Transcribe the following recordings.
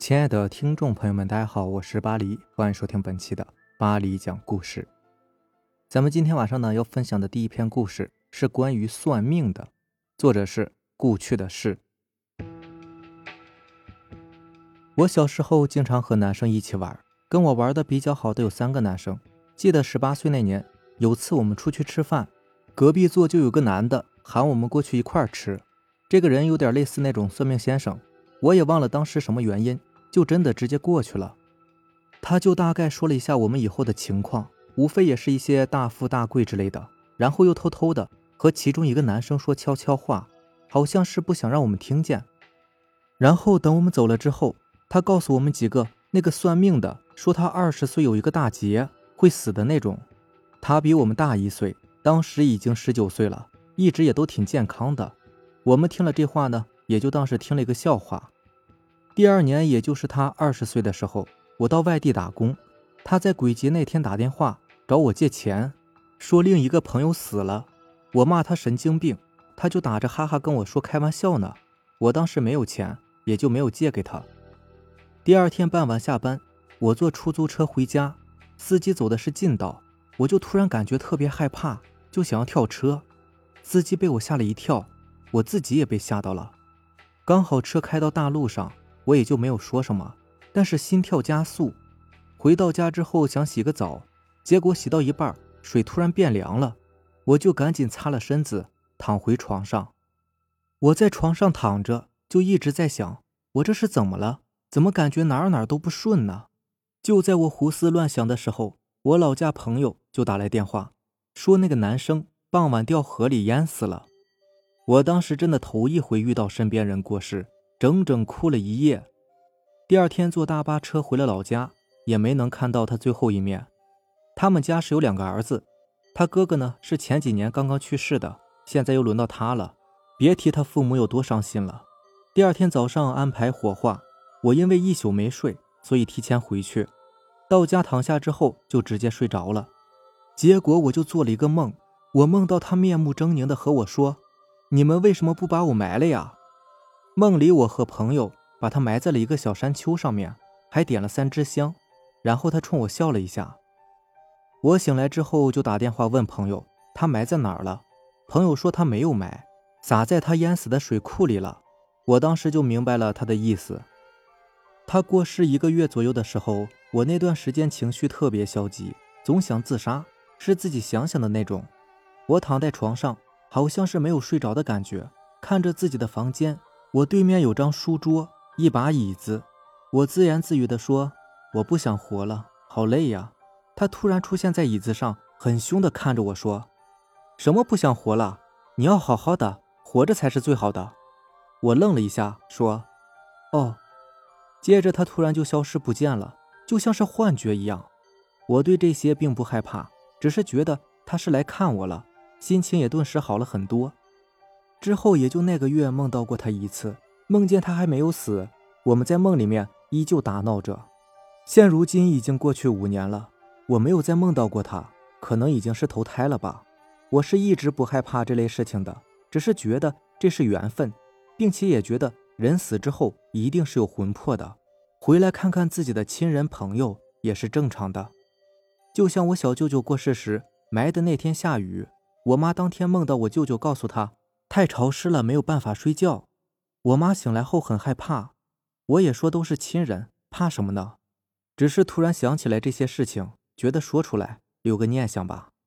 亲爱的听众朋友们，大家好，我是巴黎，欢迎收听本期的巴黎讲故事。咱们今天晚上呢要分享的第一篇故事是关于算命的，作者是故去的事。我小时候经常和男生一起玩，跟我玩的比较好的有3个男生。记得18岁那年，有次我们出去吃饭，隔壁座就有个男的喊我们过去一块儿吃。这个人有点类似那种算命先生，我也忘了当时什么原因，就真的直接过去了。他就大概说了一下我们以后的情况，无非也是一些大富大贵之类的，然后又偷偷的和其中一个男生说悄悄话，好像是不想让我们听见。然后等我们走了之后，他告诉我们几个那个算命的说他20岁有一个大劫会死的那种。他比我们大1岁，当时已经19岁了，一直也都挺健康的。我们听了这话呢，也就当是听了一个笑话。第2年，也就是他20岁的时候，我到外地打工，他在鬼节那天打电话找我借钱，说另一个朋友死了。我骂他神经病，他就打着哈哈跟我说开玩笑呢。我当时没有钱，也就没有借给他。第2天傍晚下班，我坐出租车回家，司机走的是近道，我就突然感觉特别害怕，就想要跳车。司机被我吓了一跳，我自己也被吓到了。刚好车开到大路上，我也就没有说什么，但是心跳加速。回到家之后想洗个澡，结果洗到一半，水突然变凉了，我就赶紧擦了身子，躺回床上。我在床上躺着，就一直在想，我这是怎么了？怎么感觉哪儿都不顺呢？就在我胡思乱想的时候，我老家朋友就打来电话，说那个男生傍晚掉河里淹死了。我当时真的头一回遇到身边人过世，整整哭了一夜。第2天坐大巴车回了老家，也没能看到他最后一面。他们家是有2个儿子，他哥哥呢是前几年刚刚去世的，现在又轮到他了，别提他父母有多伤心了。第2天早上安排火化，我因为一宿没睡，所以提前回去。到家躺下之后就直接睡着了。结果我就做了一个梦，我梦到他面目狰狞地和我说，你们为什么不把我埋了呀？梦里我和朋友把他埋在了一个小山丘上面，还点了3支香，然后他冲我笑了一下。我醒来之后就打电话问朋友他埋在哪儿了，朋友说他没有埋，撒在他淹死的水库里了。我当时就明白了他的意思。他过世1个月左右的时候，我那段时间情绪特别消极，总想自杀，是自己想的那种。我躺在床上，好像是没有睡着的感觉，看着自己的房间，我对面有张书桌，一把椅子，我自言自语地说，我不想活了，好累呀。他突然出现在椅子上，很凶地看着我说，什么不想活了？你要好好的，活着才是最好的。我愣了一下，说，哦。接着他突然就消失不见了，就像是幻觉一样。我对这些并不害怕，只是觉得他是来看我了，心情也顿时好了很多。之后也就那个月梦到过他1次，梦见他还没有死，我们在梦里面依旧打闹着。现如今已经过去5年了，我没有再梦到过他，可能已经是投胎了吧。我是一直不害怕这类事情的，只是觉得这是缘分，并且也觉得人死之后一定是有魂魄的，回来看看自己的亲人朋友也是正常的。就像我小舅舅过世时，埋的那天下雨，我妈当天梦到我舅舅告诉她太潮湿了，没有办法睡觉。我妈醒来后很害怕，我也说都是亲人，怕什么呢？只是突然想起来这些事情，觉得说出来有个念想吧。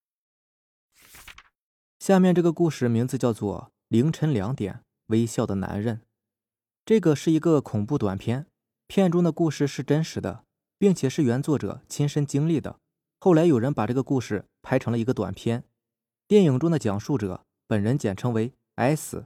下面这个故事名字叫做凌晨2点微笑的男人。这个是一个恐怖短片，片中的故事是真实的，并且是原作者亲身经历的。后来有人把这个故事拍成了一个短片，电影中的讲述者本人简称为 S。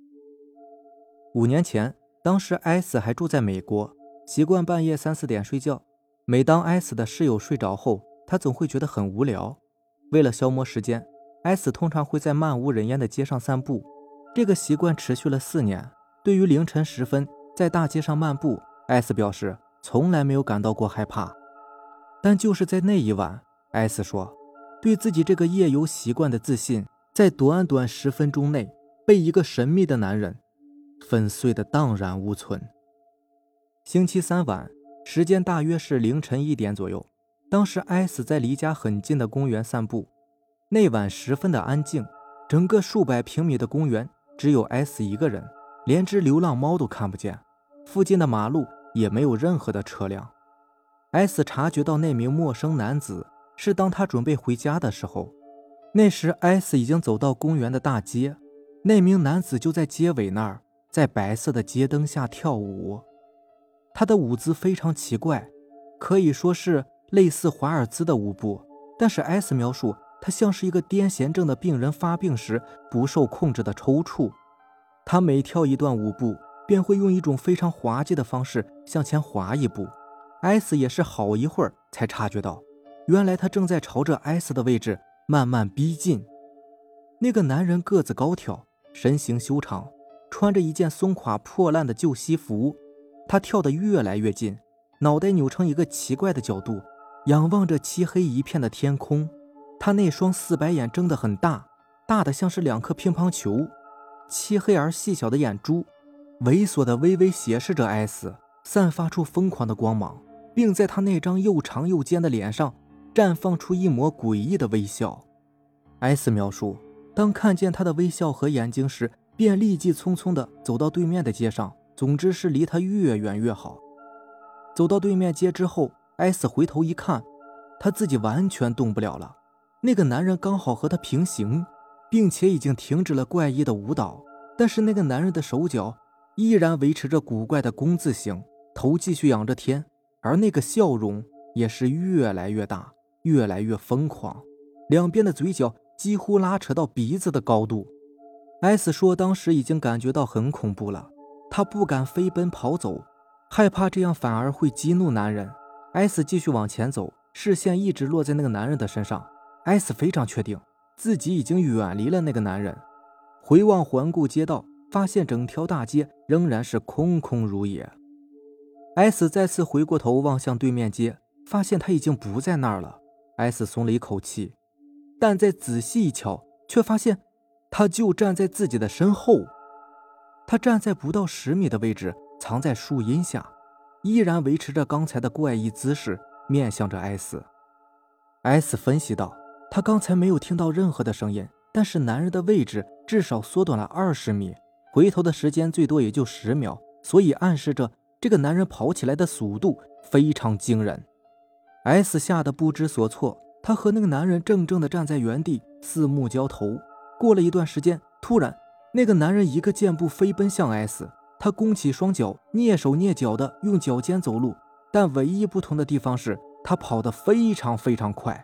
5年前，当时 S 还住在美国，习惯半夜3、4点睡觉。每当 S 的室友睡着后，他总会觉得很无聊。为了消磨时间， S 通常会在漫无人烟的街上散步。这个习惯持续了4年。对于凌晨时分在大街上漫步， S 表示从来没有感到过害怕。但就是在那一晚， S 说，对自己这个夜游习惯的自信，在短短10分钟内被一个神秘的男人粉碎得荡然无存。 星期三晚，时间大约是凌晨1点左右。当时 S 在离家很近的公园散步，那晚十分的安静，整个数百平米的公园只有 S 一个人，连只流浪猫都看不见，附近的马路也没有任何的车辆。S 察觉到那名陌生男子是当他准备回家的时候，那时 S 已经走到公园的大街，那名男子就在街尾那儿，在白色的街灯下跳舞。他的舞姿非常奇怪，可以说是类似华尔兹的舞步，但是 S 描述他像是一个癫痫症的病人发病时不受控制的抽搐。他每跳一段舞步，便会用一种非常滑稽的方式向前滑一步。S 也是好一会儿才察觉到，原来他正在朝着 S 的位置慢慢逼近。那个男人个子高挑，身形修长，穿着一件松垮破烂的旧西服。他跳得越来越近，脑袋扭成一个奇怪的角度，仰望着漆黑一片的天空。他那双四白眼睁得很大，大的像是2颗乒乓球，漆黑而细小的眼珠猥琐地微微斜视着 S， 散发出疯狂的光芒，并在他那张又长又尖的脸上绽放出一抹诡异的微笑。 S 描述，当看见他的微笑和眼睛时，便立即匆匆地走到对面的街上，总之是离他越远越好。走到对面街之后， S 回头一看，他自己完全动不了了。那个男人刚好和他平行，并且已经停止了怪异的舞蹈，但是那个男人的手脚依然维持着古怪的弓字形，头继续仰着天，而那个笑容也是越来越大，越来越疯狂，两边的嘴角几乎拉扯到鼻子的高度。 S 说当时已经感觉到很恐怖了，他不敢飞奔跑走，害怕这样反而会激怒男人。 S 继续往前走，视线一直落在那个男人的身上。 S 非常确定自己已经远离了那个男人，回望环顾街道，发现整条大街仍然是空空如也。 S 再次回过头望向对面街，发现他已经不在那儿了。 S 松了一口气，但再仔细一瞧，却发现他就站在自己的身后。他站在不到10米的位置，藏在树荫下，依然维持着刚才的怪异姿势，面向着 S。 S 分析道，他刚才没有听到任何的声音，但是男人的位置至少缩短了20米，回头的时间最多也就10秒，所以暗示着这个男人跑起来的速度非常惊人。 S 吓得不知所措，他和那个男人怔怔地站在原地，四目交投。过了一段时间，突然那个男人一个箭步飞奔向 S， 他弓起双脚，蹑手蹑脚地用脚尖走路，但唯一不同的地方是他跑得非常非常快。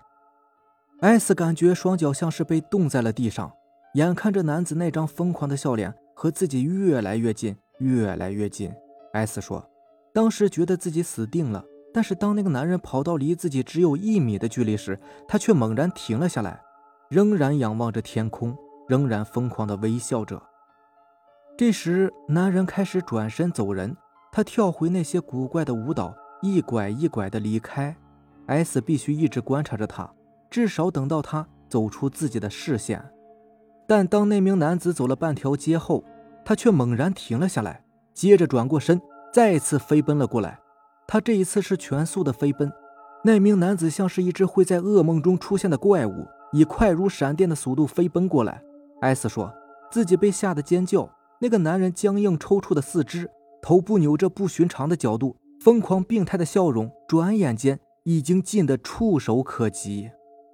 S 感觉双脚像是被冻在了地上，眼看着男子那张疯狂的笑脸和自己越来越近，越来越近。 S 说，当时觉得自己死定了，但是当那个男人跑到离自己只有1米的距离时，他却猛然停了下来，仍然仰望着天空，仍然疯狂地微笑着。这时男人开始转身走人，他跳回那些古怪的舞蹈，一拐一拐地离开。 S 必须一直观察着他，至少等到他走出自己的视线。但当那名男子走了半条街后，他却猛然停了下来，接着转过身，再次飞奔了过来。他这一次是全速的飞奔，那名男子像是一只会在噩梦中出现的怪物，以快如闪电的速度飞奔过来。 S 说自己被吓得尖叫，那个男人僵硬抽搐的四肢，头部扭着不寻常的角度，疯狂病态的笑容，转眼间已经近得触手可及。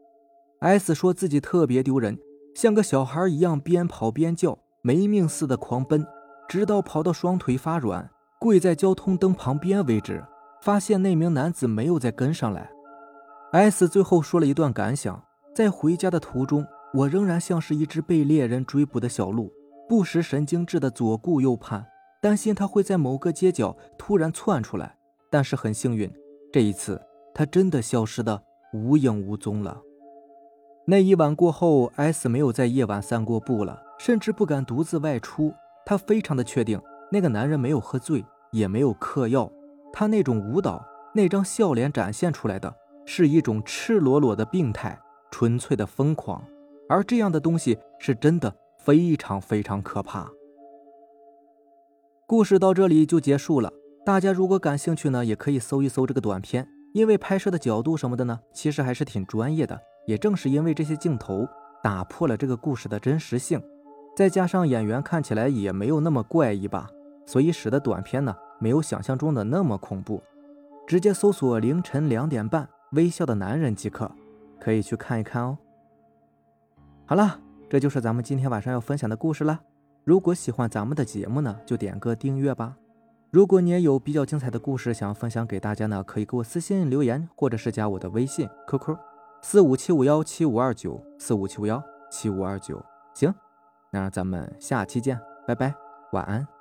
S 说自己特别丢人，像个小孩一样边跑边叫，没命似的狂奔，直到跑到双腿发软，跪在交通灯旁边为止，发现那名男子没有再跟上来。 S 最后说了一段感想，在回家的途中，我仍然像是一只被猎人追捕的小鹿，不时神经质的左顾右盼，担心他会在某个街角突然窜出来。但是很幸运，这一次他真的消失得无影无踪了。那一晚过后， S 没有在夜晚散过步了，甚至不敢独自外出。他非常的确定那个男人没有喝醉，也没有嗑药，他那种舞蹈，那张笑脸展现出来的是一种赤裸裸的病态，纯粹的疯狂，而这样的东西是真的非常非常可怕。故事到这里就结束了。 大家如果感兴趣呢，也可以搜一搜这个短片，因为拍摄的角度什么的呢，其实还是挺专业的。也正是因为这些镜头打破了这个故事的真实性，再加上演员看起来也没有那么怪异吧，所以使得短片呢没有想象中的那么恐怖。直接搜索凌晨2点半微笑的男人即可，可以去看一看哦。好了，这就是咱们今天晚上要分享的故事了。如果喜欢咱们的节目呢，就点个订阅吧。如果你也有比较精彩的故事想要分享给大家呢，可以给我私信留言，或者是加我的微信 QQ 457517529 457517529。行，那咱们下期见，拜拜，晚安。